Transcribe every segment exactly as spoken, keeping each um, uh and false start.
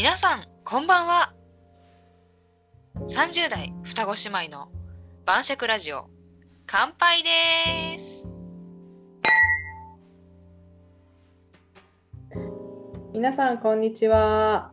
皆さんこんばんは。さんじゅう代双子姉妹の晩酌ラジオ乾杯です。 皆さんこんにちは。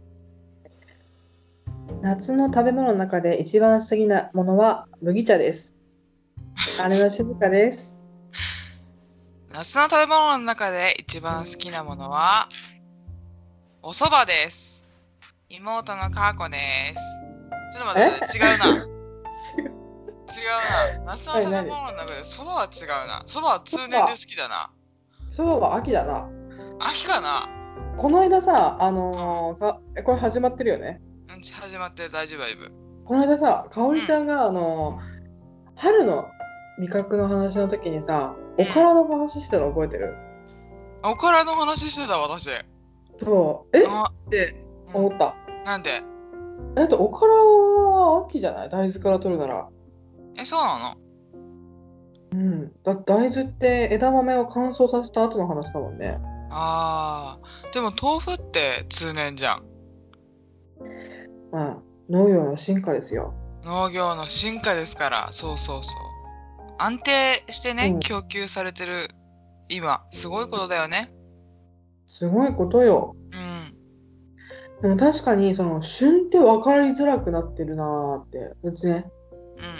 夏の食べ物の中で一番好きなものは麦茶です。姉の静香です。 夏の食べ物の中で一番好きなものはお蕎麦です。妹のかーこです。ちょっと待って、違うな。違う違う。 な。夏の食べ物の中で蕎麦は違うな。蕎麦は通年で好きだな。 そうは秋だな。 秋かな。 この間さ、あのーかこれ始まってるよね。 うん、始まってる。大丈夫大丈夫。 この間さ、かおりちゃんが、あのー春の味覚の話の時にさ、おからの話してたの覚えてる？ おからの話してた私。 そう。えあって思った。 うん、なんで？ えっと、おからは秋じゃない？大豆から取るなら。 え、そうなの？ うん。だ大豆って枝豆を乾燥させた後の話だもんね。 あー、でも豆腐って通年じゃん。 まあ、農業の進化ですよ。 農業の進化ですから。そうそうそう。安定してね、 うん供給されてる今、すごいことだよね。 すごいことよ。 うん。 でも確かにその旬って分かりづらくなってるなーって別にね、 うんうんうんうん。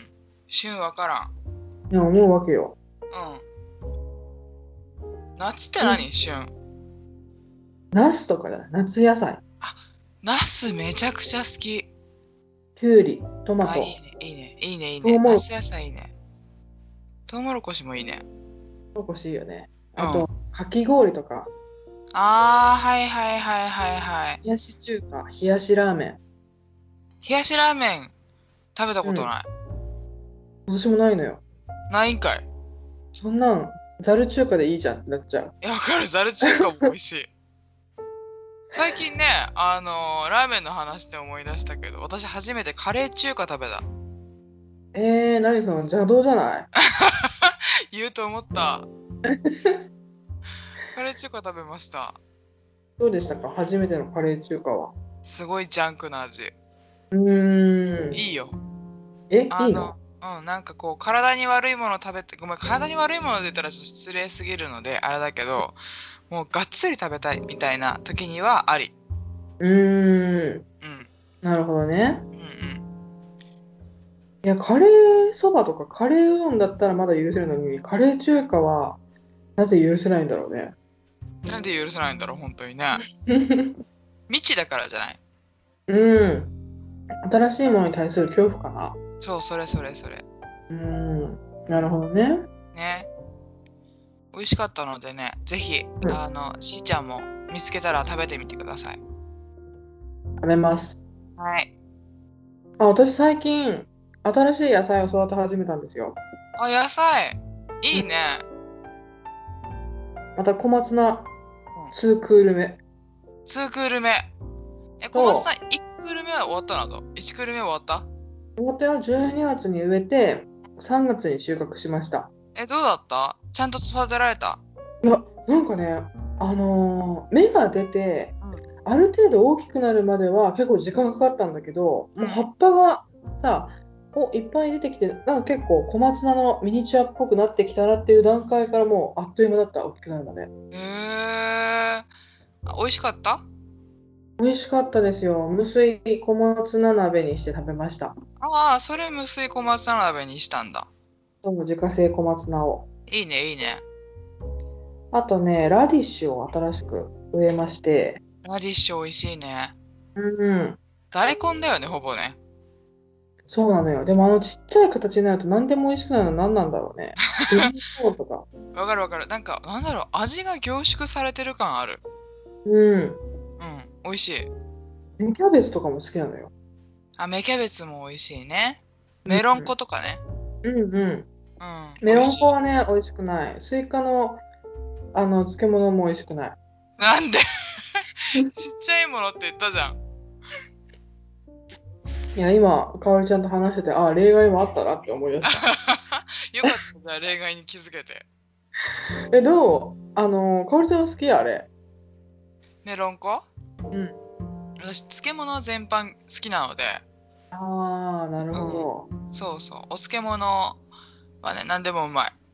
旬わからん。 いや思うわけよ。 うん。夏って何、旬？ ナスとかじゃない？夏野菜。 ナスめちゃくちゃ好き。 きゅうり、トマあ、 ト、 いいね、いいね、いいね、いいトウモロね。ナス野菜いいね。トウモロコシもいいね。 コシいいよね。 うんあと、かき氷とか、 あー、はいはいはいはいはい。 冷やし中華、冷やしラーメン。 冷やしラーメン食べたことない。 私もないのよ。 ないんかい。 そんなん、ざる中華でいいじゃんってなっちゃう。 いや、わかる。ザル中華も美味しい。最近ね、あのー、ラーメンの話で思い出したけど、私初めてカレー中華食べた。 えー、何その邪道じゃない？ 言うと思った。カレー中華食べました。 どうでしたか？初めてのカレー中華は。 すごいジャンクな味。 うーん。 いいよ。 え、 あいいの？ の、うん、なんかこう、体に悪いもの食べて、ごめん、体に悪いもの出たらちょっと失礼すぎるので、あれだけど、もうがっつり食べたいみたいな時にはあり。 うーん。 うん。 なるほどね。 うんうん。 いや、カレーそばとかカレーうどんだったらまだ許せるのに、カレー中華はなぜ許せないんだろうね。 なんで許せないんだろう、本当にね。未知だからじゃない。 うん。新しいものに対する恐怖かな。 そう、それそれそれ。 うん。なるほどね。 ね。美味しかったのでね、ぜひ、 うんあの、しーちゃんも見つけたら食べてみてください。 食べます。 はい。 あ、私最近、新しい野菜を育て始めたんですよ。 あ、野菜。いいね。 また小松菜、 うん。 ツークール目。 ツークール目。え、小そう松さん、いちクール目は終わったなと。いちクール目終わった？ 表をじゅうにがつに植えて、さんがつに収穫しました。 え、どうだった？ちゃんと育てられた？ いや、なんかね、あのー芽が出て、 うんある程度大きくなるまでは結構時間かかったんだけど、もう葉っぱがさ、おいっぱい出てきて、なんか結構小松菜のミニチュアっぽくなってきたなっていう段階からもうあっという間だった、大きくなるまで。 へえ。あ、美味しかった？ 美味しかったですよ。無水小松菜鍋にして食べました。 ああ、それ無水小松菜鍋にしたんだ。 そう自家製小松菜を。 いいね、いいね。 あとね、ラディッシュを新しく植えまして、 ラディッシュ美味しいね。 うん、 大根だよね、ほぼね。 そうなのよ。でもあのちっちゃい形になると何でも美味しくなるの何なんだろうね。グリーンコーンとか。 わかるわかる。なんか、なんだろう、味が凝縮されてる感ある。 うん。 うん、美味しい。 芽キャベツとかも好きなのよ。 あ、芽キャベツも美味しいね。メロン粉とかね。 うんうん。 うん。 メロン美味しい。 粉はね、美味しくない。スイカの、あの漬物も美味しくない。 なんでちっちゃいものって言ったじゃん。 いや、今、かおりちゃんと話してて、あ、例外もあったなって思い出した。 よかった、じゃあ例外に気づけて。 え、どうあの、かおりちゃんは好きあれ。 メロン粉？ うん。 私漬物全般好きなので、 ああ、なるほど。 そうそう、お漬物はね何でもうまい。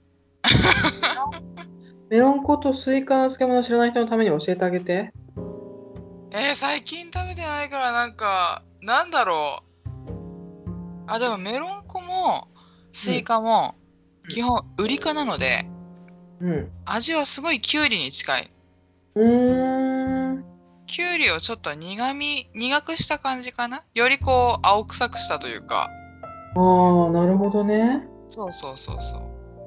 メロン粉とスイカの漬物知らない人のために教えてあげて。 えー、最近食べてないからなんかなんだろう。あ、でもメロン粉もスイカもうん基本ウリ科なので、 うん。 味はすごいキュウリに近い。 うーん。 キュウリをちょっと苦み苦くした感じかな。よりこう青臭くしたというか。 ああ、なるほどね。 そうそうそうそう。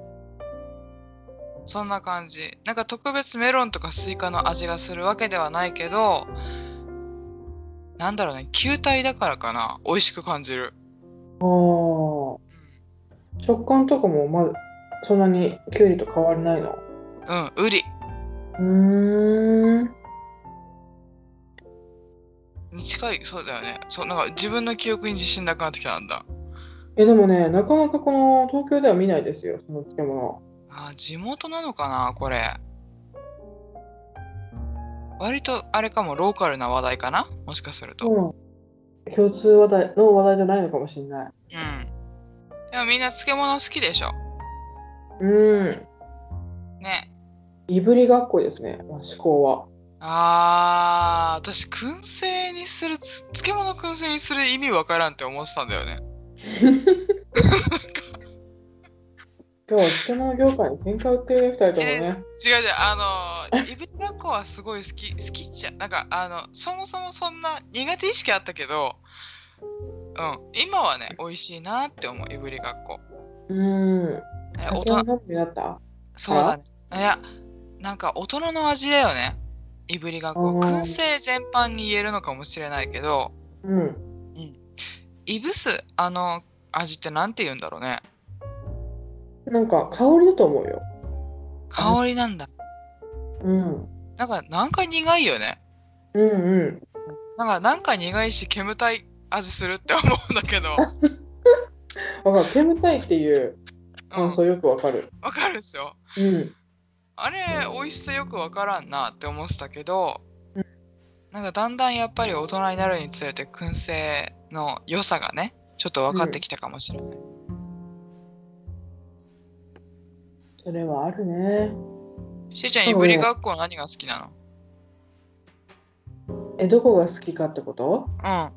そんな感じ。なんか特別メロンとかスイカの味がするわけではないけど、なんだろうね、球体だからかな、美味しく感じる。 ああ。食感とかもまずそんなにキュウリと変わりないの？ うん、ウリうーん。 に近い、そうだよね。そう、なんか自分の記憶に自信なくなってきたんだ。 え、でもね、なかなかこの東京では見ないですよ、その漬物。 あー、地元なのかな、これ。割とあれかも、ローカルな話題かな、もしかすると。 うん。共通話題の話題じゃないのかもしれない。 うん。でもみんな漬物好きでしょ。 うーん。 ね。 いぶりがっこですね、思考は。 あー、私、燻製にする、つ漬物燻製にする意味わからんって思ってたんだよね。 今日は漬物業界に喧嘩売ってるね、ふたりともえね。 違う違う、あの、いぶりがっこはすごい好き、好きっちゃ、なんか、あの、そもそもそんな苦手意識あったけど、うん、今はね、美味しいなって思う、いぶりがっこ。 うーん。 え、大人、 酒を飲むようになった？ そうだね。いや、なんか大人の味だよね、いぶりがっこ。 あー燻製全般に言えるのかもしれないけど、 うん。 うん。いぶす、あの、味ってなんて言うんだろうね。 なんか香りだと思うよ。 香りなんだ。 うん。 なんか、なんか苦いよね。 うんうん。 なんか、なんか苦いし、煙たい味するって思うんだけど。 わかる。煙たいっていううん、 感想よくわかる。 わかるっすよ。 うん。 あれ、美味しさよくわからんなって思ってたけど、 うんなんかだんだんやっぱり大人になるにつれて燻製の良さがね、ちょっと分かってきたかもしれない。 それはあるね。 しーちゃん、いぶりがっこ何が好きなえ、どこが好きかってこと？ の？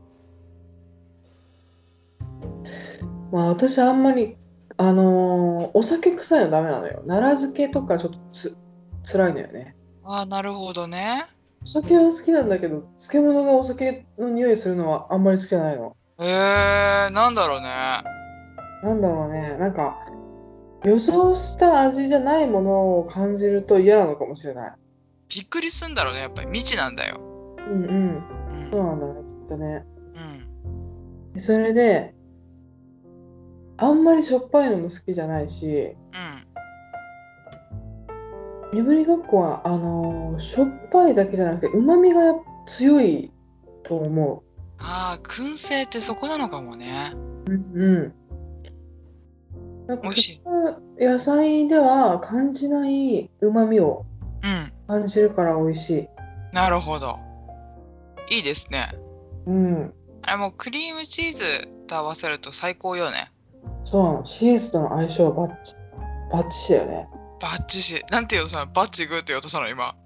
まあ私あんまり、あのーお酒臭いのダメなのよ。奈良漬けとかちょっとつ辛いのよね。 うん。ああ、なるほどね。 お酒は好きなんだけど、漬物がお酒の匂いするのはあんまり好きじゃないの。 えー、なんだろうね。 なんだろうね。なんか予想した味じゃないものを感じると嫌なのかもしれない。 びっくりすんだろうね。やっぱり未知なんだよ。 うんうん。 うん。 そうなんだね、きっとね。 うん。 それで、あんまりしょっぱいのも好きじゃないし、 うん。 いぶりがっこはあのーしょっぱいだけじゃなくてうまみが強いと思ああ、燻製ってそこなのかもね。 う。うんうん。なんか美味しい。 普通野菜では感じないうまみをうん。 感じるから美味しい。 なるほど。いいですね。 うん。 あれもうクリームチーズと合わせると最高よね。 そうなの。チーズとの相性バッチバッチシだよね。 バッチシ。なんて言うとさ、バッチグーって言おうとしたの今。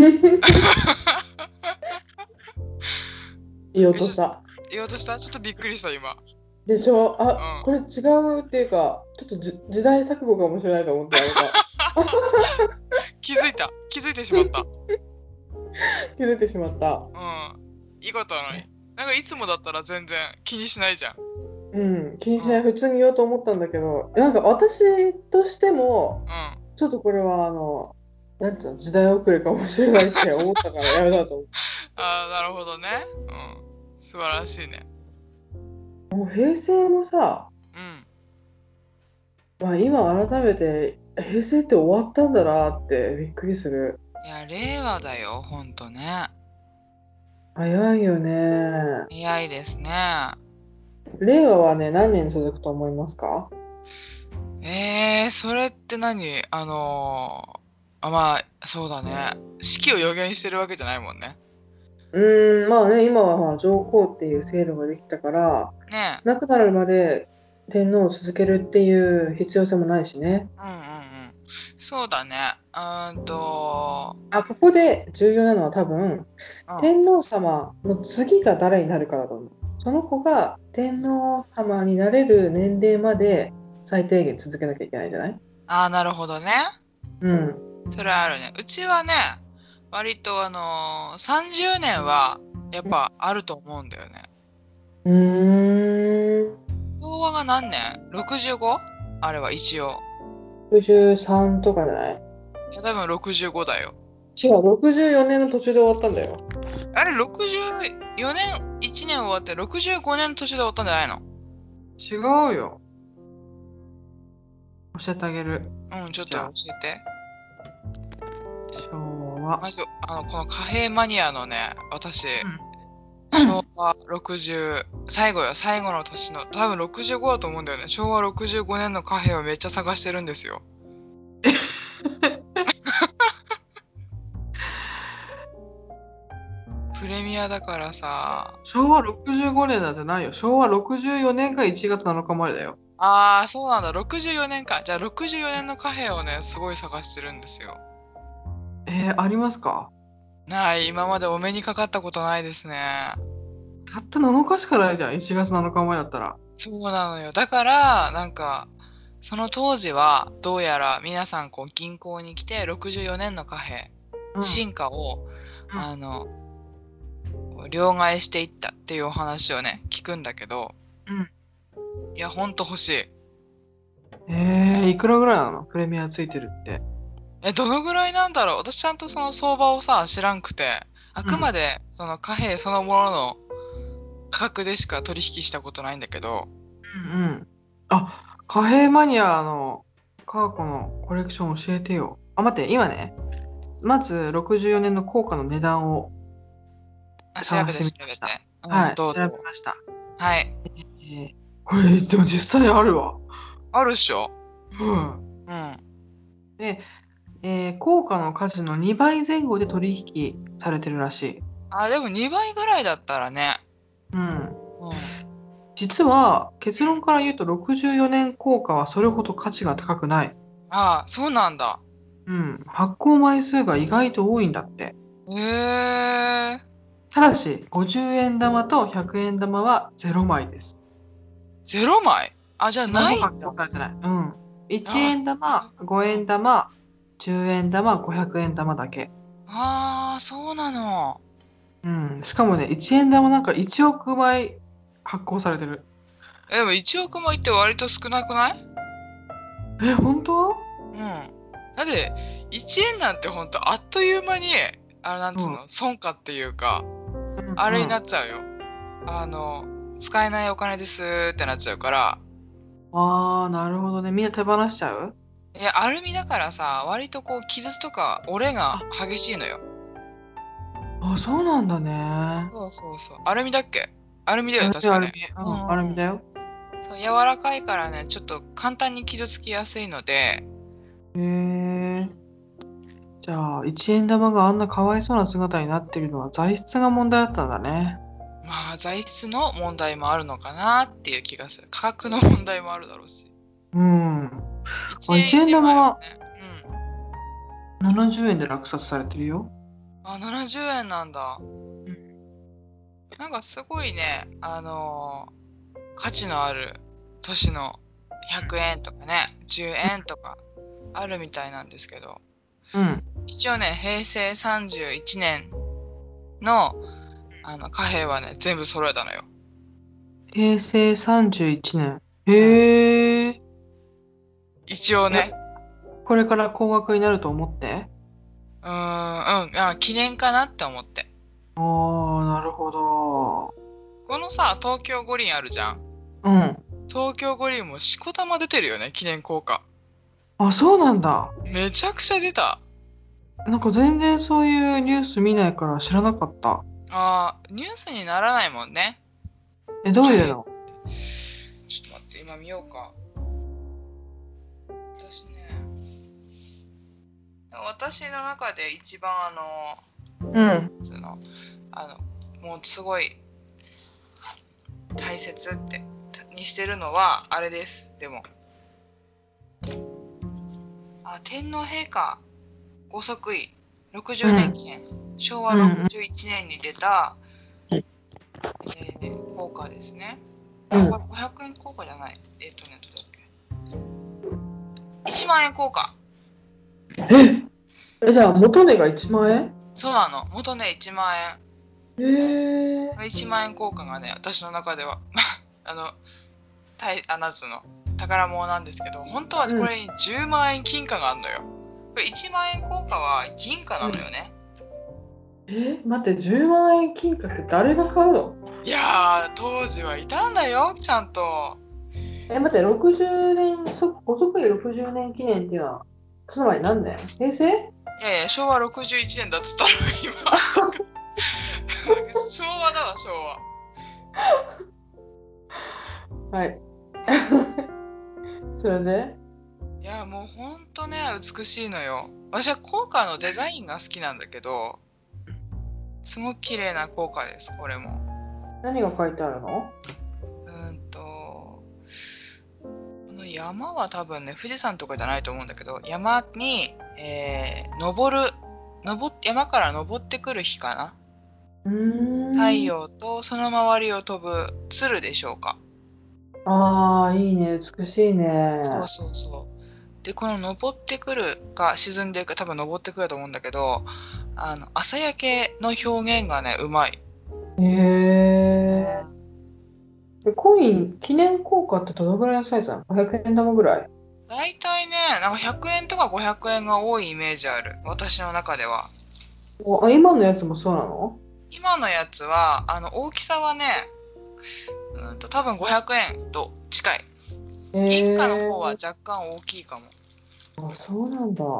言おうとした。 言おうとしたちょっとびっくりした今。 でしょ。あ、 うんこれ違うっていうか、ちょっとじ時代錯誤かもしれないと思ってあれが気づいた。気づいてしまった。 気づいてしまった。 うん。いいことなのに。なんかいつもだったら全然気にしないじゃん。 うん、気にしない。普通に言おうと思ったんだけど、なんか私としても、 うん。 ちょっとこれはあの、なんていうの、時代遅れかもしれないって思ったからやめたと思ああ、なるほどね。うん。素晴らしいね。 う。もう平成もさ、 うん。 まあ、今改めて平成って終わったんだなってびっくりする。 いや、令和だよ、ほんとね。 早いよね。 早いですね。 令和はね、何年続くと思いますか？ えー、それって何あのー、あ、まあ、そうだね。式を予言してるわけじゃないもんね。 うーん、まあね、今はまあ上皇っていう制度ができたから、 ね亡くなるまで天皇を続けるっていう必要性もないしね。 うんうんうん。そうだね。うーんと、 あ、ここで重要なのは多分、 うん。 天皇様の次が誰になるかだと思う。その子が天皇様になれる年齢まで最低限続けなきゃいけないんじゃない？ ああ、なるほどね。 うん。 それはあるね。うちはね、割とあのー、さんじゅうねんはやっぱあると思うんだよね。 うーん。 昭和が何年 ?ろくじゅうご? あれは一応。 ろくじゅうさんとかじゃない？ いや、多分ろくじゅうごだよ。 違う、ろくじゅうよねんの途中で終わったんだよ。 あれ、ろくじゅうよねん、いちねん終わってろくじゅうごねんの途中で終わったんじゃないの？ 違うよ。教えてあげる。 うん、ちょっとじゃあ教えて。 昭和。 まず、あの、この貨幣マニアのね、私、 うん昭和ろくじゅう、最後よ、最後の年の、多分ろくじゅうごだと思うんだよね。昭和ろくじゅうごねんの貨幣をめっちゃ探してるんですよ。プレミアだからさ。 昭和ろくじゅうごねんなんてないよ。昭和ろくじゅうよねんがいちがつなのかまでだよ。 ああ、そうなんだ。ろくじゅうよねんか。じゃあろくじゅうよねんの貨幣をね、すごい探してるんですよ。 えー、ありますか？ ない、今までお目にかかったことないですね。 たったなのかしかないじゃん。いちがつなのかまえだったら。 そうなのよ。だから、なんか、その当時は、どうやら皆さんこう銀行に来て、ろくじゅうよねんの貨幣、 うん。 進化を、 うんあの、こう両替していったっていうお話をね、聞くんだけど、 うんいや、ほんと欲しい。 えー、いくらぐらいなの？プレミアついてるって。 え、どのぐらいなんだろう。私ちゃんとその相場をさ、知らんくて、あくまうんでその貨幣そのものの価格でしか取引したことないんだけど、 うんうん。あ、貨幣マニアのカーコのコレクション教えてよ。あ、待って、今ね、まずろくじゅうよねんの硬貨の値段をあ、調べ探して調べて。 てみました。 うん、 はい、調どうぞ。 べました。 はい。 えー、これ、でも実際あるわ。 あるっしょ。 うん。 うん。 で、えー、硬貨の価値のにばいぜん後で取引されてるらしい。 あ、でもにばいぐらいだったらね。 うん。 うん。 実は結論から言うとろくじゅうよねん硬貨はそれほど価値が高くない。 ああ、そうなんだ。 うん。発行枚数が意外と多いんだって。 へえ。 ただし、ごじゅうえん玉とひゃくえん玉はゼロまいです。 ゼロまい？あ、じゃあ何も発ないんだ。 行されてない。うん。いちえん玉、ごえん玉、じゅうえん玉、ごひゃくえん玉だけ。 ああ、そうなの。 うん。しかもね、いちえん玉なんかいちおくまい発行されてる。 え、でもいちおくもいって割と少なくない？ え、本当？ うん。だって、いちえんなんてほんとあっという間に、あれなんつうの、損価っていうか、あれになっちゃうよ。あの、使えないお金ですってなっちゃうから、 ああ、なるほどね。みんな手放しちゃう？ いや、アルミだからさ、割とこう、傷とか折れが激しいのよ。 あ、そうなんだね。 そうそうそう。アルミだっけ？アルミだよ、 アルミ、 確かね。 アルミ、うん、アルミだよ。 そう、柔らかいからね、ちょっと簡単に傷つきやすいので、 へえ。じゃあ、いちえん玉があんなかわいそうな姿になっているのは材質が問題だったんだね。 まあ、材質の問題もあるのかなっていう気がする。価格の問題もあるだろうし。 うん。 1円一円 1 玉は枚はね。うん。 ななじゅうえんで落札されてるよ。 あ、ななじゅうえんなんだ。 うん。 なんかすごいね、あのー価値のある年のひゃくえんとかね、じゅうえんとかあるみたいなんですけど、 うん。 一応ね、へいせいさんじゅういちねんの、あの貨幣はね、全部揃えたのよ。 へいせいさんじゅういちねん。へえ。 一応ね。 これから高額になると思って。 うーん、うん、あ、記念かなって思って。 ああ、なるほど。 このさ、東京五輪あるじゃん。 うん。 東京五輪もしこたま出てるよね、記念硬貨。 あ、そうなんだ。 めちゃくちゃ出た。 なんか全然そういうニュース見ないから知らなかった。 あー、ニュースにならないもんね。 え、どういうの？ ちょっと待って、今見ようか。私ね、私の中で一番あの、 うん。 つうのあのもうすごい大切ってにしてるのはあれです。でもあ天皇陛下ご即位ろくじゅうねん記念、うん、しょうわろくじゅういちねんに出た、うんえー、硬貨ですね。あ、これごひゃくえん硬貨じゃない。えっ、ー、とね、どれだっけいちまんえん硬貨。 えじゃあ元値がいちまんえん？ そうなの。元値いちまんえん。 へえ。 いちまんえん硬貨がね、私の中ではあの大あなんつうの宝物なんですけど、本当はこれにじゅうまんえん金貨があるのよ。これいちまんえん硬貨は銀貨なのよね。 うん、え待ってじゅうまんえん金貨って誰が買うの？ いやー当時はいたんだよちゃんと。 え待ってろくじゅうねんご即位ろくじゅうねん記念っていうのはつまり何年？平成？ いやいや昭和ろくじゅういちねんだっつったら今昭和だわ昭和はいそれでいやもうほんとね美しいのよ。私は硬貨のデザインが好きなんだけどすごく綺麗な硬貨です。これも何が書いてあるの？ うんとこの山は多分ね富士山とかじゃないと思うんだけど山に、えー、登る登山から登ってくる日かな。 うーん太陽とその周りを飛ぶ鶴でしょうか。 あーいいね美しいね。 そうそうそうでこの登ってくるか沈んでいくか多分登ってくると思うんだけどあの朝焼けの表現がねうまい。 へえー、コイン記念硬貨ってどのぐらいのサイズなの？ごひゃくえん玉ぐらい？ だいたいねなんかひゃくえんとかごひゃくえんが多いイメージある私の中では。 おあ今のやつもそうなの？ 今のやつはあの大きさはねうんと多分ごひゃくえんと近い。銀貨の方は若干大きいかも。 あそうなんだ。うん 。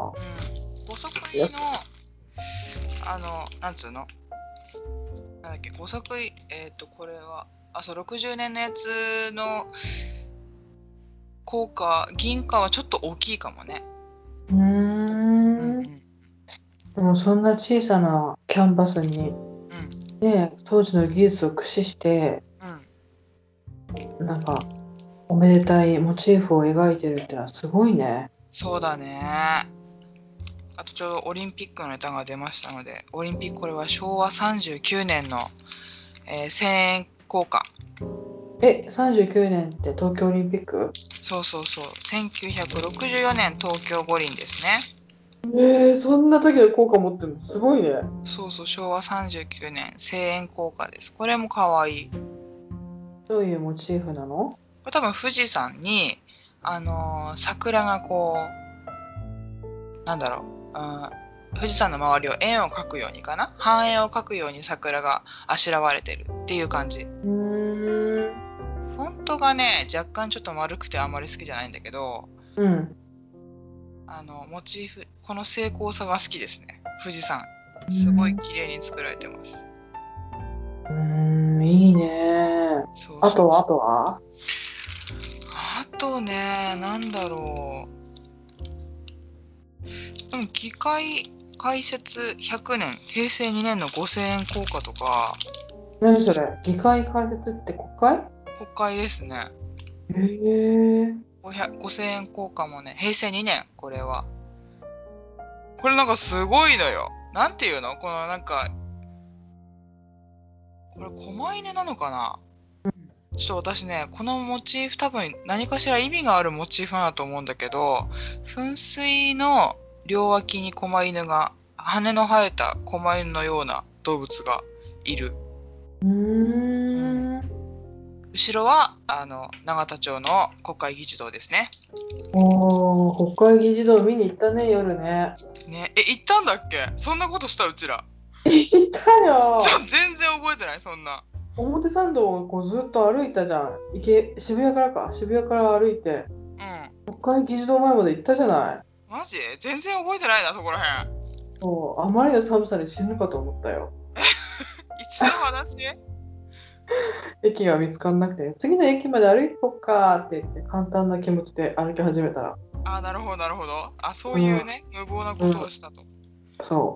ご即位のあのなんつうのなんだっけご即位えっ、ー、とこれはあそうろくじゅうねんのやつの硬貨銀貨はちょっと大きいかもね。 うーん、うんうん、でもそんな小さなキャンバスに、うんね、当時の技術を駆使して、うん、なんかおめでたいモチーフを描いてるってのはすごいね。 そうだね。あとちょうどオリンピックのネタが出ましたのでオリンピックこれはしょうわさんじゅうきゅうねんの、えー、せんえん硬貨。 えさんじゅうきゅうねんって東京オリンピック？ そうそうそうせんきゅうひゃくろくじゅうよねん東京五輪ですね。 えー、そんな時の硬貨持ってるのすごいね。 そうそうしょうわさんじゅうきゅうねんせんえん硬貨です。これもかわいい。 どういうモチーフなの？ これ多分富士山にあのー、桜がこうなんだろう、うん、富士山の周りを円を描くようにかな半円を描くように桜があしらわれてるっていう感じ。 うーんフォントがね若干ちょっと丸くてあんまり好きじゃないんだけど、 うん、 あのモチーフこの精巧さが好きですね。富士山すごい綺麗に作られてます。 うーんいいね。そうそうそうあとはあとはあとねなんだろうでも議会開設ひゃくねんへいせいにねんのごせんえん硬貨とか。 何それ議会開設って国会？ 国会ですね。 へえごせんえん硬貨もねへいせいにねんこれはこれなんかすごいのよ。なんていうのこのなんかこれ狛犬なのかな、うん、ちょっと私ねこのモチーフ多分何かしら意味があるモチーフだと思うんだけど噴水の両脇に狛犬が羽の生えた狛犬のような動物がいる。 うーん、うん、 後ろはあの永田町の国会議事堂ですね。 おー国会議事堂見に行ったね夜ね。 ねえ行ったんだっけ？そんなことしたうちら。 行ったよ。 全然覚えてないそんな。 表参道をこうずっと歩いたじゃん。池渋谷からか渋谷から歩いて、うん、国会議事堂前まで行ったじゃない。 マジ？全然覚えてないなそこらへん。 そうあまりの寒さに死ぬかと思ったよ。 いつの話？ 駅が見つからなくて次の駅まで歩いてこっかって言って簡単な気持ちで歩き始めたらあなるほどなるほどあそういうね、うん、無謀なことをしたと、 うん、そ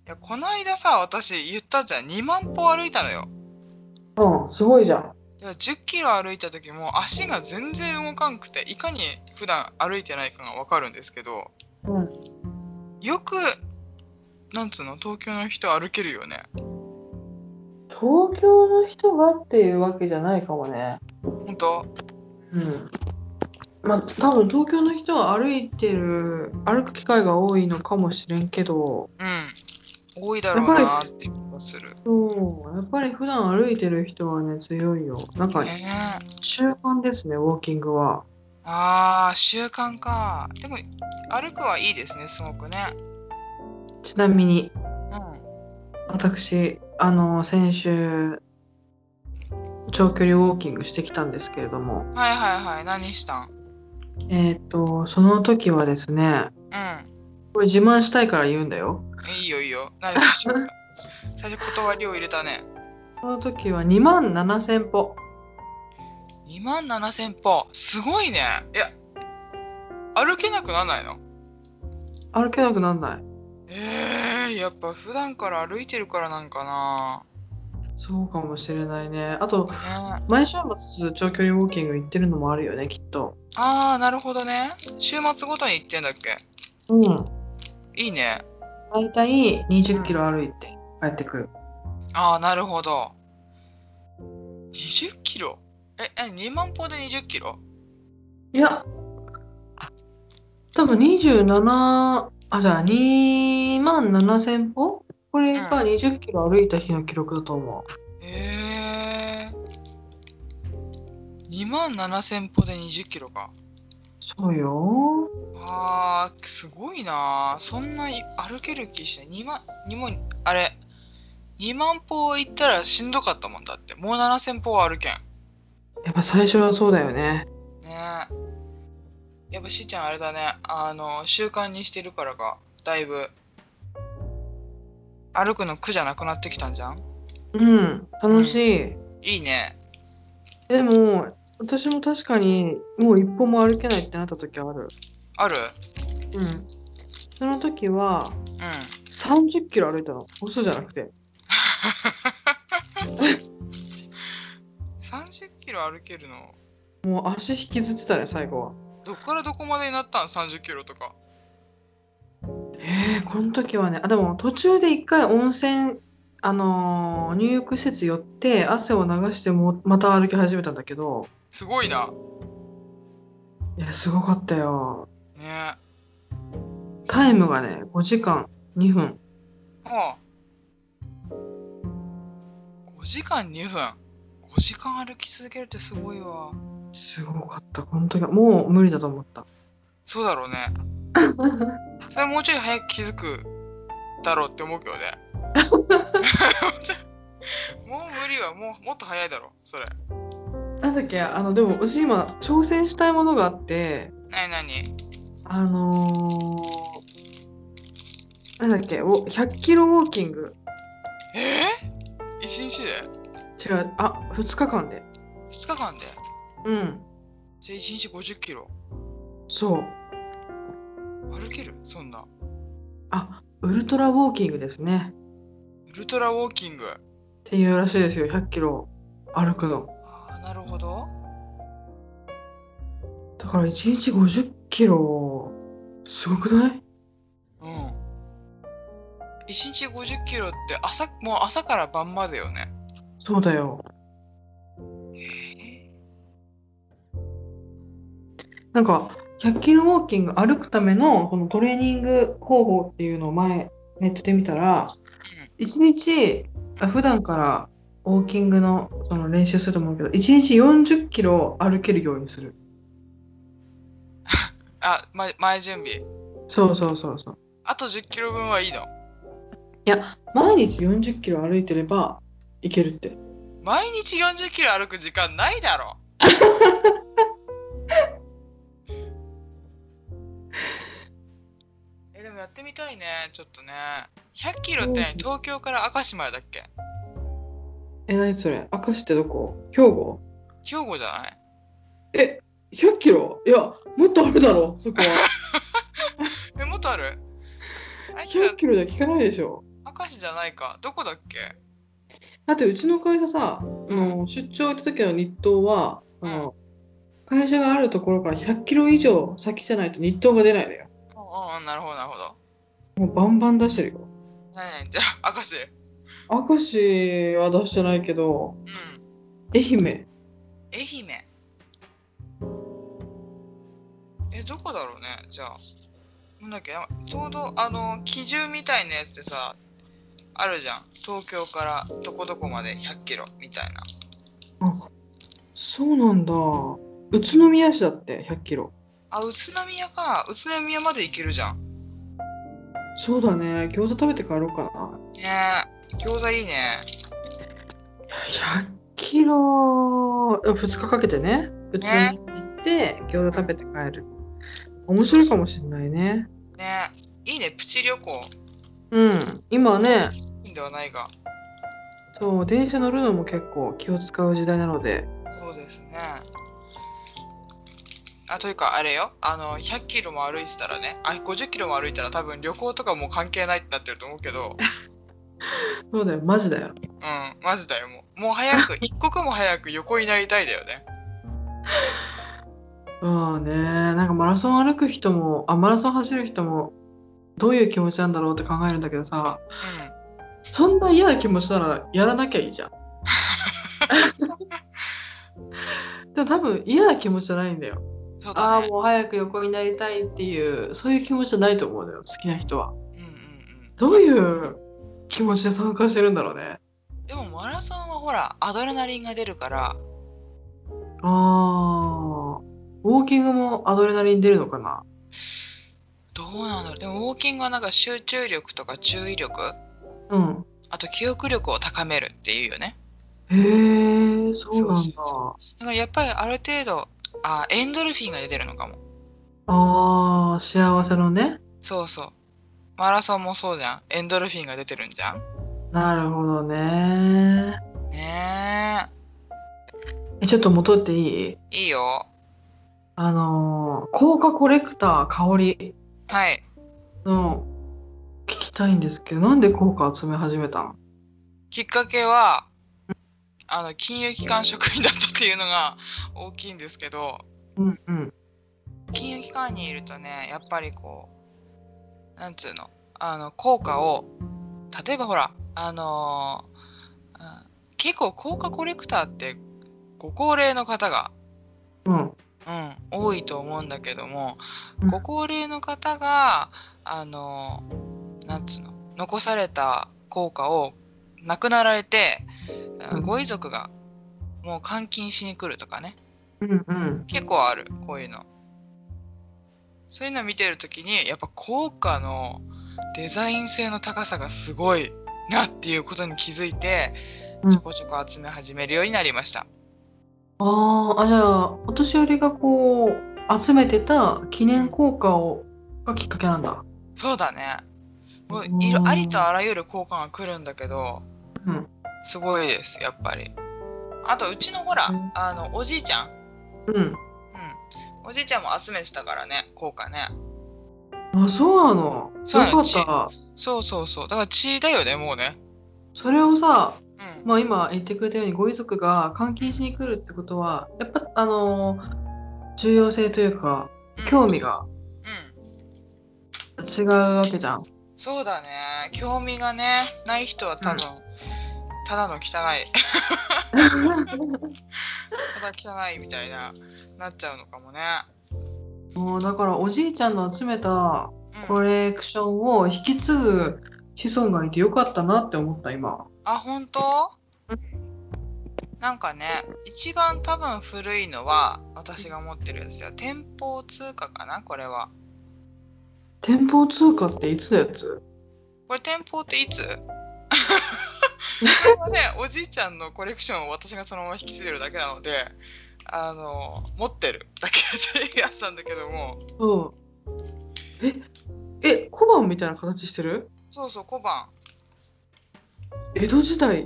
やこの間さ、私言ったじゃん、にまん歩歩いたのよ。 うん、すごいじゃん。 いやじゅっキロ歩いた時も足が全然動かんくて、いかに普段歩いてないかが分かるんですけど、 うん。 よくなんつうの、東京の人歩けるよね。 東京の人がっていうわけじゃないかもね。 ほんと？ うん。まあ、多分東京の人は歩いてる、歩く機会が多いのかもしれんけど、 うん多いだろうなーって気がする。 そう、やっぱり普段歩いてる人はね、強いよ。なんか、 ねえ。 習慣ですね、ウォーキングは。 あー習慣か。でも歩くはいいですね、すごくね。 ちなみに、 うん私、あの、先週、長距離ウォーキングしてきたんですけれども、 はいはいはい。何したん？ えっと、その時はですね、 うんこれ自慢したいから言うんだよ。 いいよいいよ。何最初最初断りを入れたね。 その時はにまんななせん歩。 にまんななせん歩。すごいね。いや、歩けなくならないの？ 歩けなくなんない。 えー、やっぱ普段から歩いてるからなんかな。 そうかもしれないね。あと、 ね、 毎週末長距離ウォーキング行ってるのもあるよね、きっと。 あーなるほどね。週末ごとに行ってんだっけ？ うん。 いいね。 だいたいにじゅっキロ歩いて帰ってくる。 あーなるほど。にじゅっキロ？え、え、にまん歩でにじゅっキロ？ いや、多分にじゅうなな、あ、じゃあにまんななせん歩これがにじゅっキロ歩いた日の記録だと思う。 えー、にまんななせん歩でにじゅっキロか。 そうよ。 あーすごいな。そんな歩ける気しない。にまん、にもあれ、にまん歩行ったらしんどかったもんだって。もうななせん歩は歩けん。 やっぱ最初はそうだよね。 ねえ。やっぱしーちゃんあれだね。あの、習慣にしてるからか、だいぶ歩くの苦じゃなくなってきたんじゃん？ うん、楽しい。 いいね。 でも、私も確かにもう一歩も歩けないってなった時ある。 ある？ うん。その時はうん。 さんじゅっキロ歩いたの。歩数じゃなくて。 さんじゅっキロ歩けるの？ もう足引きずってたね、最後は。 どっからどこまでになったん？ さんじゅっキロとか。 えー、この時はね、あ、でも途中で一回温泉、あのー入浴施設寄って汗を流してもまた歩き始めたんだけど、 すごいな。 いや、すごかったよ。 ねタイムがね、ごじかんにふん。 え。もう、ごじかんにふん。ごじかん歩き続けるってすごいわ。 すごかった。この時はもう無理だと思った。 そうだろうね。それもうちょい早く気づくだろうって思うけどね。もう無理はもうもっと早いだろ、それ。 なんだっけ、あの、でも私今挑戦したいものがあって、 なになに？ あのー、なんだっけ、おひゃっキロウォーキング。 えー、いちにちで？ 違う、あ、ふつかかんで。 ふつかかんで？ うん、 じゃあいちにちごじゅっキロ。 そう。 歩ける？そんな。 あ、ウルトラウォーキングですね。 ウルトラウォーキング。 っていうらしいですよ、ひゃっキロ歩くの。 ああ、なるほど。 だからいちにちごじゅっキロ、すごくない？ うん。いちにちごじゅっキロって朝、もう朝から晩までよね。 そうだよ。 えなんか、ひゃっキロウォーキング歩くためのこのトレーニング方法っていうのを前、ネットで見たら、いちにち、あ普段からウォーキングのその練習すると思うけど、いちにちよんじゅっキロ歩けるようにする。 あ、ま、前準備。 そうそうそうそう。 あとじゅっキロぶんはいいの？ いや、毎日よんじゅっキロ歩いてればいけるって。 毎日よんじゅっキロ歩く時間ないだろ。え、でもやってみたいね、ちょっとね。ひゃっキロって何？東京から明石までだっけ？ え、何それ？明石ってどこ？兵庫？ 兵庫じゃない？ え、ひゃっキロ？いや、もっとあるだろ、そこは。 え、もっとある？あれひゃっキロじゃ効かないでしょ。 明石じゃないか。どこだっけ？ だってうちの会社さ、あの出張行った時の日当は、あの会社があるところからひゃっキロ以上先じゃないと日当が出ないのよ。 うんうん、なるほどなるほど。 もうバンバン出してるよ。 何々じゃあ、明石。 明石は出してないけど、 うん。 愛媛。 愛媛。え、どこだろうね、じゃあ。なんだっけ、なんかちょうどあの基準みたいなやつでさ、あるじゃん。東京からどこどこまでひゃっキロみたいな。 あ、そうなんだ。宇都宮市だってひゃっキロ。 あ、宇都宮か。宇都宮まで行けるじゃん。 そうだね。餃子食べて帰ろうかな。 ねえ、餃子いいね。 ひゃっキロ、ふつかかけてね。宇都宮に行って餃子食べて帰る。面白いかもしれないね。 ねえ、いいね、プチ旅行。 うん。今ね、 いいんではないが。 そう、電車乗るのも結構気を使う時代なので。 そうですね。あ、というかあれよ、あのひゃっキロも歩いてたらね、あ、ごじゅっキロも歩いたら多分旅行とかもう関係ないってなってると思うけど、 そうだよ、マジだよ。 うん、マジだよ、もう。もう早く、一刻も早く横になりたいだよね。 まあね、なんかマラソン歩く人も、あ、マラソン走る人も、どういう気持ちなんだろうって考えるんだけどさ、 うん。 そんな嫌な気持ちならやらなきゃいいじゃん。でも多分嫌な気持ちじゃないんだよ。 そうだね。 ああ、もう早く横になりたいっていう、そういう気持ちじゃないと思うのよ、好きな人は。 うんうんうん。 どういう気持ちで参加してるんだろうね。 でもマラソンはほら、アドレナリンが出るから、 ああ、ウォーキングもアドレナリン出るのかな。 どうなんだろう。でもウォーキングはなんか集中力とか注意力、 うん。 あと記憶力を高めるっていうよね。 へえ、そうなんだ。 そうそだからやっぱりある程度、あ、エンドルフィンが出てるのかも。 ああ、幸せのね。 そうそう。マラソンもそうじゃん。エンドルフィンが出てるんじゃん。 なるほどね。 ねえ、ちょっと戻っていい？ え。いいよ。 あのー、効果コレクター香りはい。 の聞きたいんですけど、なんで効果集め始めたの？ きっかけは、あの、金融機関職員だったっていうのが大きいんですけど、 うんうん。 金融機関にいるとね、やっぱりこう、なんつうの、あの、効果を、例えばほら、あのーうん結構効果コレクターってご高齢の方が、 うん。 うん、多いと思うんだけども、 うんご高齢の方が、あのーなんつうの、残された効果を亡くなられて、 うんご遺族がもう監禁しに来るとかね、 うんうん。 結構ある、こういうの。そういうの見てるときに、やっぱ効果のデザイン性の高さがすごいなっていうことに気づいて、 うんちょこちょこ集め始めるようになりました。 あーあ、じゃあ、お年寄りがこう、集めてた記念硬貨をがきっかけなんだ。 そうだね。もううんいろありとあらゆる効果が来るんだけど、 うん。 すごいです、やっぱり。あと、うちのほら、 うんあの、おじいちゃん。 うん。 うん。おじいちゃんも集めてたからね、効果ね。 あ、そうなの。 そうなのよかった。 そうそうそう。だから血だよね、もうね。 それをさ、 うん。 まあ、今言ってくれたようにご遺族が監禁しに来るってことはやっぱあのー重要性というかうん興味がうん。 違うわけじゃん。 そうだね。興味がね、ない人は多分、ただの汚い。ただ汚いみたいな、なっちゃうのかもね。 もうだからおじいちゃんの集めたうん。 コレクションを引き継ぐ子孫がいてよかったなって思った今。 あ、本当？なんかね、一番多分古いのは、私が持ってるやつだよ。天保通貨かな、これは。 天保通貨っていつのやつ？ これ天保っていつ？これはね、おじいちゃんのコレクションを私がそのまま引き継いでるだけなので、あの、持ってるだけでやつなんだけども、 そう。え、え、小判みたいな形してる？ そうそう、小判。 江戸時代。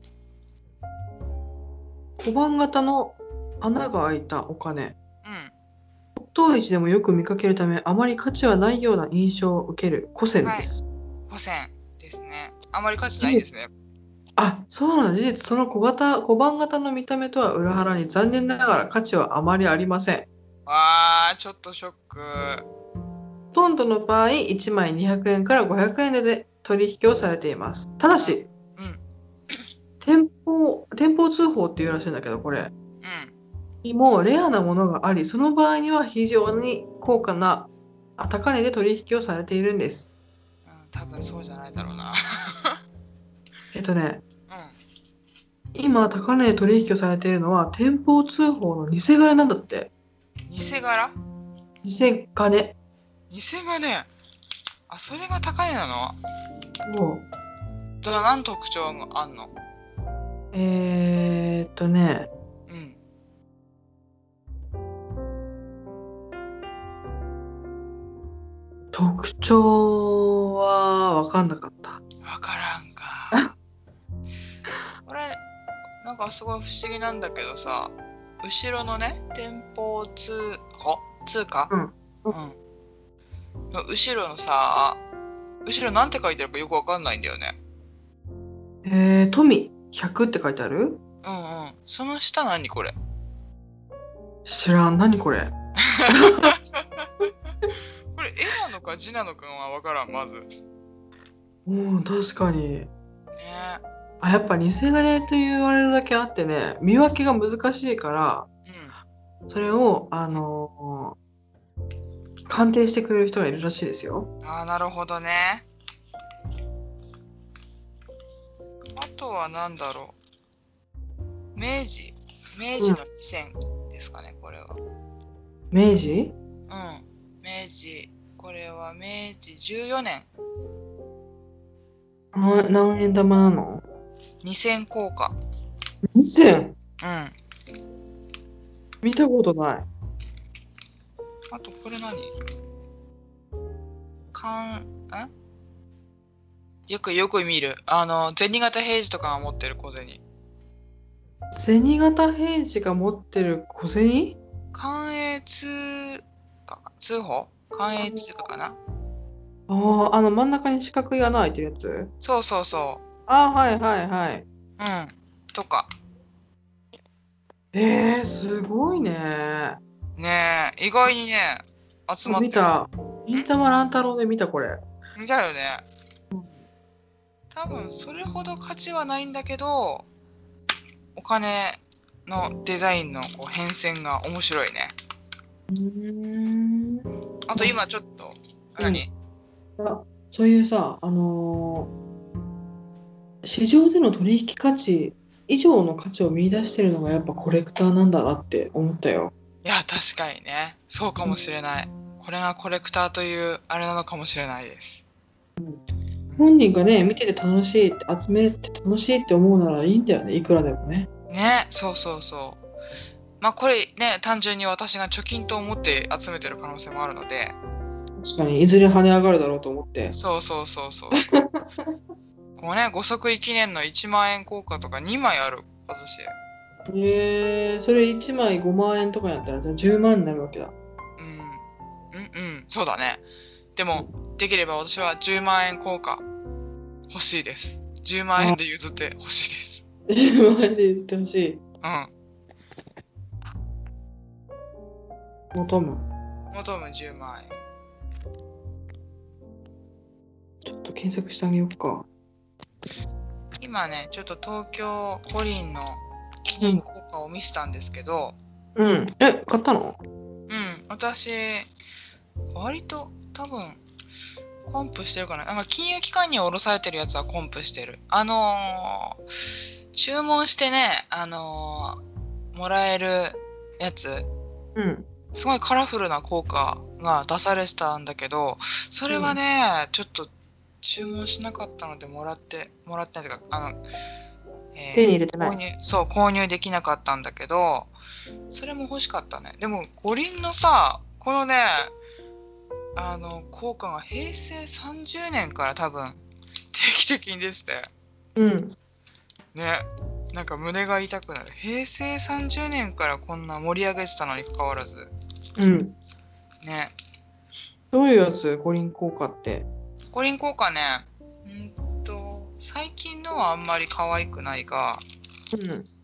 小判型の穴が開いたお金。 うん。 当時でもよく見かけるためあまり価値はないような印象を受ける古銭です。 古銭。 ですね。あまり価値ないですね。 あ、そうなんだ。事実、その小型、小判型の見た目とは裏腹に残念ながら価値はあまりありません。 わー、ちょっとショック。 ほとんどの場合、いちまいにひゃくえんからごひゃくえんで取引をされています。ただし、 うん。 店舗、店舗通報っていうらしいんだけど、これ。 うん。 もうレアなものがあり、その場合には非常に高価なあ高値で取引をされているんです。 うん、多分そうじゃないだろうな。 えっとね、 う今高値で取引をされているのは店舗通報の偽柄なんだって。 ん。偽柄？ 偽金。 偽金？あ、それが高いなの？ そう。 どれ何特徴があんの？ えー、っとね、 うん。 特徴は分かんなかった。 わからんか。これなんかすごい不思議なんだけどさ、後ろのね、店舗通報通貨、 うんうんの後ろのさ、後ろなんて書いてあるかよくわかんないんだよね。 えー、富ひゃくって書いてある？ うんうん。その下何これ？ 知らん。何これ？ これ絵なのか字なのかはわからん、まず。ねうん、確かに。 え。 あ、やっぱ偽金と言われるだけあってね、見分けが難しいから、 うそれを、あのー鑑定してくれる人がいるらしいですよ。 ん。ああ、なるほどね。あとは何だろう。明治。明治のにせんですかね、これは。 明治？ うん。明治。これは明治じゅうよねん。 あ、何円玉なの？ にせん硬貨。 にせん？ うん。 見たことない。 あとこれ何？かん、んよくよく見る。あの、銭形平次とかが持ってる小銭。 銭形平次が持ってる小銭？ 関営通貨か通報関営通貨かな。 ああ、あの真ん中に四角い穴開いてるやつ？ そうそうそああ、はいはいはい。 う。うん。とか。 えー、すごいね。 ねえ、意外にね、集まってる。 見た。忍たま乱太郎で見たこれ。 見たよね。多分それほど価値はないんだけど、お金のデザインのこう変遷が面白いね。 うーん。 あと今ちょっと、何？ あ、そういうさ、あのー市場での取引価値以上の価値を見出してるのがやっぱコレクターなんだなって思ったよ。 いや、確かにね。そうかもしれない。これがコレクターというあれなのかもしれないです。 本人がね、見てて楽しいって、集めて楽しいって思うならいいんだよね、いくらでもね。 ね、そうそうそう。まあこれね、単純に私が貯金と思って集めてる可能性もあるので。 確かに、いずれ跳ね上がるだろうと思って。 そうそうそうそう。こうね、ご即位記念のいちまんえん硬貨とかにまいある、私。 へえー、それいちまいごまんえんとかやったらじゃあじゅうまんになるわけだ。 うん。うんうん、そうだね。でも、できれば私はじゅうまんえん硬貨欲しいです。じゅうまんえんで譲って欲しいです。 じゅうまんえんで言ってほしい。 うん。 求む。 求むじゅうまんえん。 ちょっと検索してあげようか。 今ね、ちょっと東京五輪の記念硬貨を見せたんですけど、 うん。え、買ったの？ うん、私、割と多分、コンプしてるかな。なんか金融機関に下ろされてるやつはコンプしてる。あのー、注文してね、あのー、もらえるやつ、 うん。 すごいカラフルな硬貨が出されてたんだけど、それはね、うん、ちょっと注文しなかったのでもらって、もらってないというか、あの、えー、 手に入れてない。 購入、そう、購入できなかったんだけど、それも欲しかったね。でも、五輪のさ、このね、あの効果がへいせいさんじゅうねんから多分定期的に出てて、 うんね、なんか胸が痛くなる。へいせいさんじゅうねんからこんな盛り上げてたのにかかわらず、 うんね。 どういうやつ？五輪効果って。 五輪効果ね、ん最近のはあんまり可愛くないが、 うん。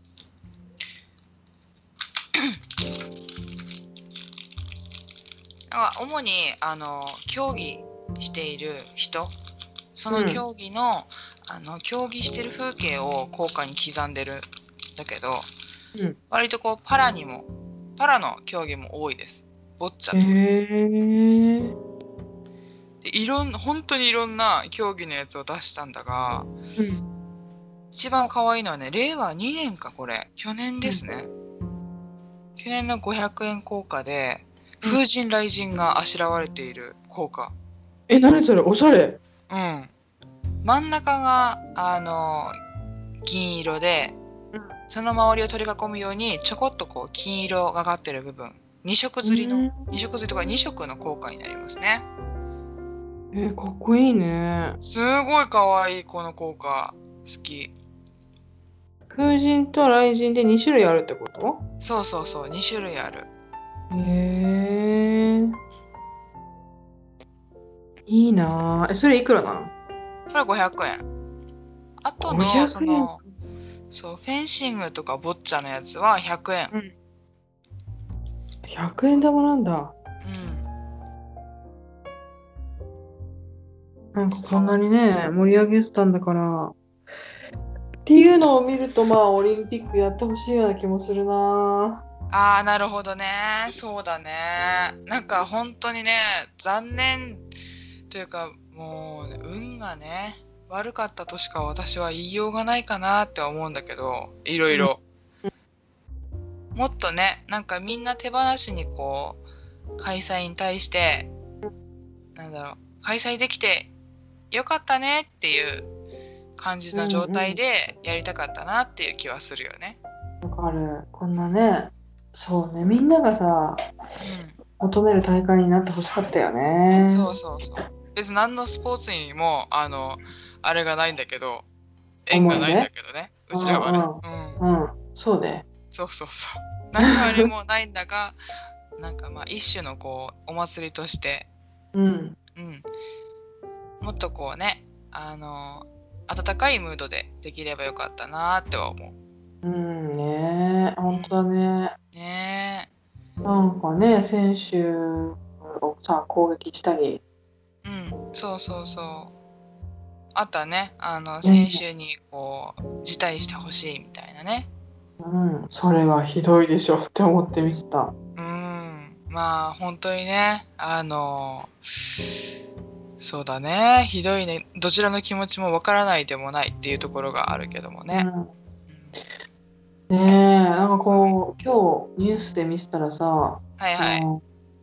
なんか主にあの競技している人、そのうん競技の、あの競技してる風景を効果に刻んでるんだけど、 うん。 割とこうパラにもパラの競技も多いです。ボッチャへとかえ。 で、いろんな本当にいろんな競技のやつを出したんだが、 うん。 一番可愛いのはね、れいわにねんか、これ去年ですね。去年のごひゃくえん硬貨で風神雷神があしらわれている硬貨。 え、何それ、おしゃれ。 うん。真ん中があの銀色で、 うんその周りを取り囲むようにちょこっとこう金色がかってる部分、に色刷りの、 うんに色刷りとかに色の硬貨になりますね。 え、かっこいいね。 すごい可愛いこの硬貨、好き。 風神と雷神でに種類あるってこと？ そうそうそう、に種類ある。 へえ。いいなぁ。え、それいくらなの？ これはごひゃくえん。あとごひゃくえんのそのそうフェンシングとかボッチャのやつはひゃくえん。 うんひゃくえん玉なんだ。 うん。 なんかこんなにね、盛り上げてたんだから。っていうのを見ると、まあ、オリンピックやってほしいような気もするな。 ああ、なるほどね。そうだね。なんか本当にね、残念というか、もうね、運がね、悪かったとしか私は言いようがないかなって思うんだけど、いろいろ。もっとね、なんかみんな手放しにこう、開催に対して、なんだろう、開催できてよかったねっていう感じの状態でやりたかったなっていう気はするよね。 わかる。こんなね、そうね、みんながさ、 う求める大会になってほしかったよね。 ん。そうそうそう。別に何のスポーツにも、あの、あれがないんだけど、縁がないんだけどね、うちらはね。うん。 うん、そうね。 そうそうそう。何のあれもないんだが、なんかまあ一種のこう、お祭りとして、 うん。 うん。もっとこうね、あの、温かいムードでできればよかったなっては思う。 うんね、本当だね。 ねなんかね、選手をさ、攻撃したり。 え。うん、そうそうそう。あとはね、あの、 うん選手にこう、辞退してほしいみたいなね。 うん、それはひどいでしょって思って見てた。 うん、まあ本当にね、あの、そうだね、ひどいね。どちらの気持ちもわからないでもないっていうところがあるけどもね。 うんねえ、なんかこう、今日ニュースで見せたらさ、 はいはい。 あの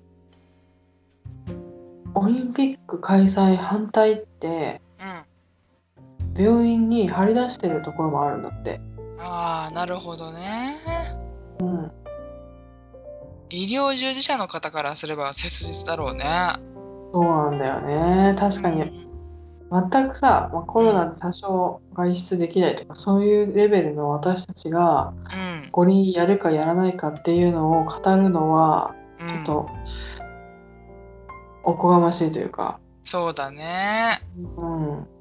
オリンピック開催反対ってうん。 病院に張り出してるところもあるんだって。 ああ、なるほどね。 うん、 医療従事者の方からすれば切実だろうね。 そうなんだよね。確かに、 うん全くさ、まあ、コロナで多少外出できないとか、そういうレベルの私たちがうん。 五輪やるかやらないかっていうのを語るのは、 うんちょっとおこがましいというか、 そうだね。 うん、 うん。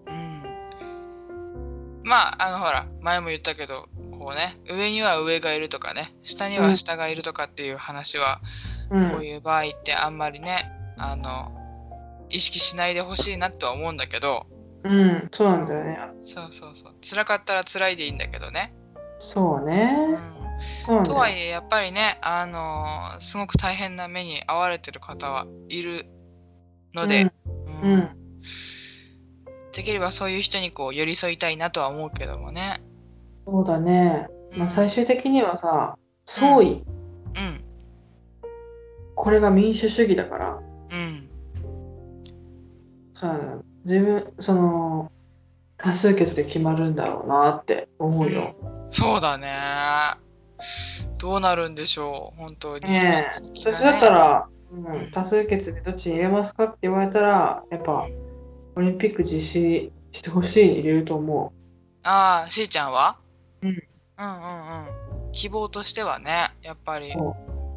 まあ、あのほら、前も言ったけど、こうね、上には上がいるとかね、下には下がいるとかっていう話は、 うんこういう場合ってあんまりね、あの、意識しないでほしいなとは思うんだけど、 うん、そうなんだよね。 そうそうそう。辛かったら辛いでいいんだけどね。 そううね。 ん。 そうなんだよ。 とはいえ、やっぱりね、あのーすごく大変な目に遭われてる方はいるので、うんうんできればそういう人にこう寄り添いたいなとは思うけどもね。 そうだね。まあ、最終終的にはさ、総意、 うんこれが民主主義だから、 うんさ、自分、その、多数決で決まるんだろうなって思うよ。 そうだね。どうなるんでしょう、本当に。 ねえ、 実績がね私だったら、ううんん、多数決でどっちに入れますかって言われたら、やっぱオリンピック実施してほしいに入れると思ああ、しーちゃんはうんうんうんうん。希望としてはね、やっぱり。 そ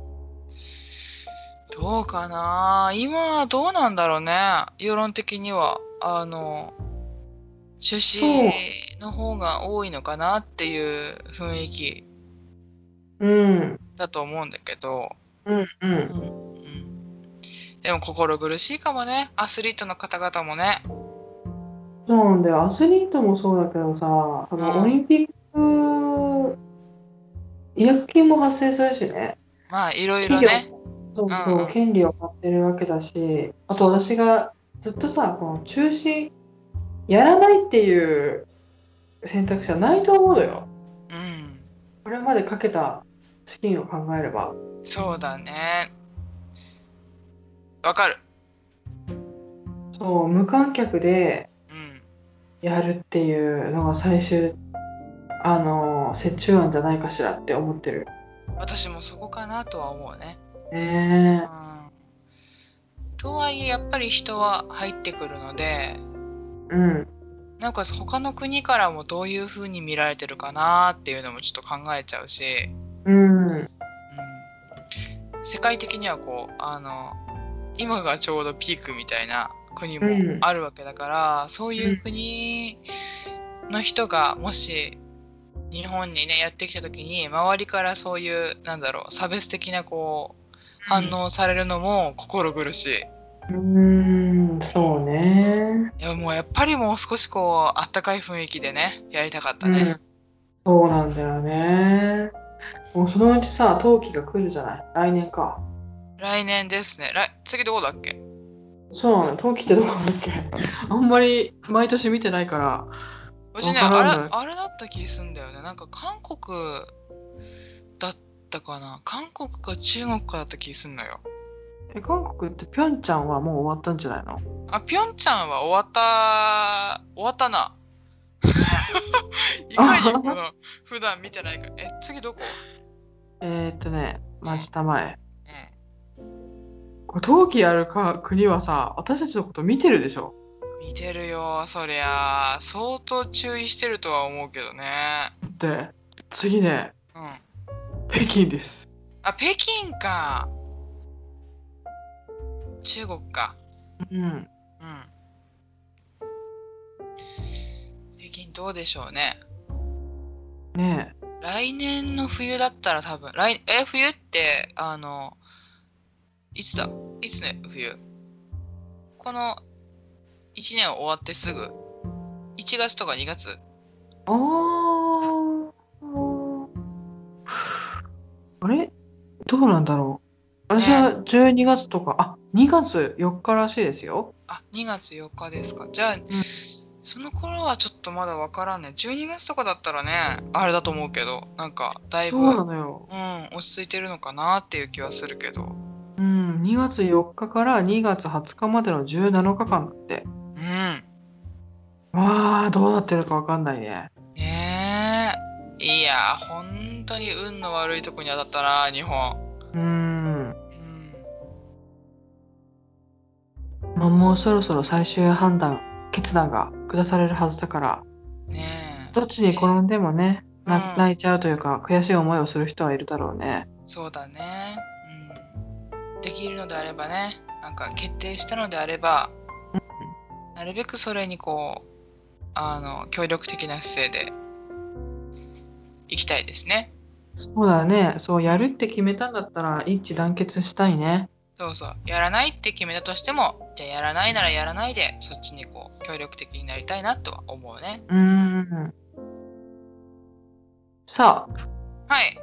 どうかな今はどうなんだろうね。世論的には。あの、 中そう。 止の方が多いのかなっていう雰囲気うん。 だと思うんだけど、 うんう。 うんんうん、でも心苦しいかもね、アスリートの方々もね。 そうなんだよ。アスリートもそうだけどさ、あの、オリうん、 ンピック、違約金も発生するしね。 まあいろいろ企業ね。 も、そううんそう、 うん、 権利を買ってるわけだし、あとそう、 私がずっとさ、この中止、やらないっていう選択肢はないと思うのよ。 うん、 これまでかけた資金を考えれば。 そうだね。わかる。 そう、無観客でうん、 やるっていうのが最終、あの、折衷案じゃないかしらって思ってる。 私もそこかなとは思うね。うねん、とはいえやっぱり人は入ってくるので、 え。うん。 なおかつ他の国からもどういう風に見られてるかなっていうのもちょっと考えちゃうし、 うん。 うん、世界的にはこうあの今がちょうどピークみたいな国もうん。 あるわけだから、そういううん。 国の人がもし日本にねやってきた時に周りからそういうなんだろう差別的なこう反応されるのも心苦しい。 うーん、そうね。 いやもうやっぱりもう少しこうあったかい雰囲気でねやりたかったね。 うん、そうなんだよね。もうそのうちさ、冬季が来るじゃない。来年か。 来年ですね。来次どこだっけ？ そうなの、冬季ってどこだっけあんまり毎年見てないから、わうちねあれからない。 あれだった気すんだよね。なんか韓国だったかな。韓国か中国かだった気すんのよ。 え、韓国ってピョンチャンはもう終わったんじゃないの？ あ、ピョンチャンは終わった終わったな。いかにこの普段見てないか。え、次どこ？ えーっとね、 うん待ちたまえ。 うん。 これ冬季やるか国はさ、私たちのこと見てるでしょ。 見てるよ、そりゃ。相当注意してるとは思うけどね。 で、次ね、 うん。 北京です。 あ、北京か。中国か。 うん。 うん。北京どうでしょうね。 ね来年の冬だったら多分、来、え、冬って、あの、いつだいつね、冬。このいちねん終わってすぐ、いちがつとかにがつ。 え。あー。あれどうなんだろう。私ね。 はじゅうにがつとか、あ、にがつよっからしいですよ。 あ、にがつよっかですか。じゃあ、 うん。 その頃はちょっとまだわからんね。じゅうにがつとかだったらね、あれだと思うけど、なんかだいぶ、 そうなのよ。 うん、落ち着いてるのかなっていう気はするけど。 うん、にがつよっかからにがつはつかまでのじゅうなのかかんだって。 うん。 わあ、どうなってるかわかんないね。 ねえ。いや、本当に運の悪いとこに当たったな、日本。 うーん。 うん。 まあ、もうそろそろ最終判断、決断が下されるはずだから、 ねえ。 どっちに転んでもね、なうん。 泣いちゃうというか、悔しい思いをする人はいるだろうね。 そうだね。うん。できるのであればね、なんか決定したのであれば、なるべくそれにこう、あの、協力的な姿勢でいきたいですね。 そうだね。そう、やるって決めたんだったら、一致団結したいね。 そうそう。やらないって決めたとしても、じゃあやらないならやらないで、そっちにこう、協力的になりたいなとは思うね。 うーん。さあ、 はい。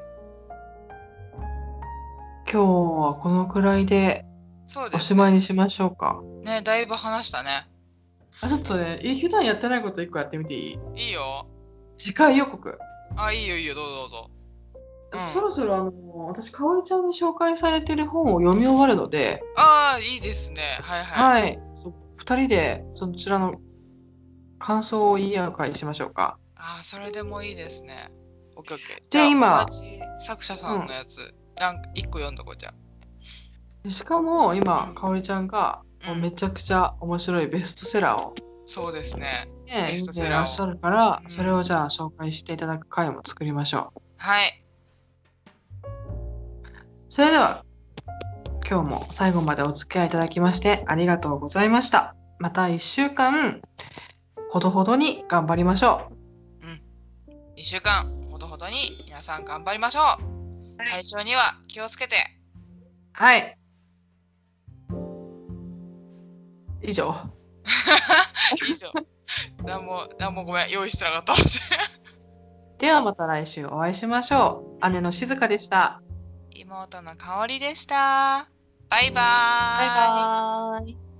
今日はこのくらいでおしそうですね。 まいにしましょうか。 ね、だいぶ話したね。 あ、ちょっとね、普段やってないこと一個やってみていい？ いいよ。 次回予告。 あ、いいよいいよ、どうぞどうぞ。うん。 そろそろあの、私、かおりちゃんに紹介されてる本を読み終わるので、 ああ、いいですね。はいはい。 はい。そ二人でそちらの感想を言い合う会しましょうか。 ああ、それでもいいですね。オッケーオッケー。じで、 ゃあ、 今、 同じ作者さんのやつ、なん一個読んどこうじゃしかもう今、 んかおりちゃんがあ。う。 もうんめちゃくちゃ面白いベストセラーを、 そうですね。 ね、 ベス読んトセラーを。 でいらっしゃるから、 うんそれをじゃあ紹介していただく会も作りましょう。 はい。 それでは、今日も最後までお付き合いいただきましてありがとうございました。またいっしゅうかんほどほどに頑張りましょにしゅうかんほどほどに皆さん頑張りましょう。 はい体調には気をつけて。 う。はい。以上。 以上。なんも、なんもごめん、用意してなかった。私ではまた来週お会いしましょう。姉の静香でした。 妹の香りでした。バイバーイ。 バイバーイ。